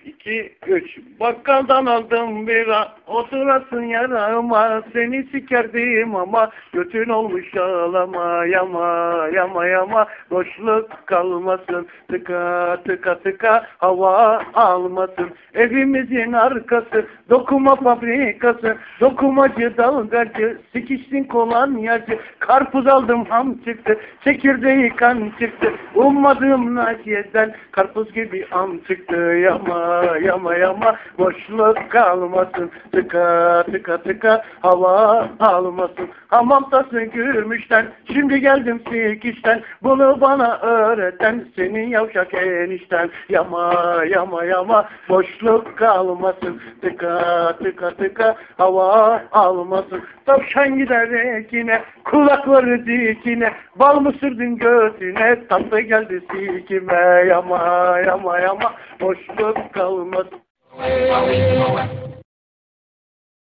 2, 3. Bakkaldan aldım bira, oturasın yarama, seni sikerdim ama götün olmuş ağlama, yama yama yama, boşluk kalmasın, tıka tıka tıka hava almasın. Evimizin arkası dokuma fabrikası, dokumacı dalgacı, sikiştin kolonyacı, karpuz aldım ham çıktı, çekirdeği kan çıktı, ummadığım nakiyeden karpuz gibi am çıktı, yama yama yama, boşluk kalmasın, tıka tıka tıka hava almasın. Hamam tası gümüşten, şimdi geldim sikişten, bunu bana öğreten senin yavşak enişten, yama yama yama, boşluk kalmasın, tıka tıka tıka hava almasın. Tavşan gider ekine, kulakları dikine, bal mı sürdün göğsüne, tatlı geldi sikime, yama yama yama, boşluk kalmasın.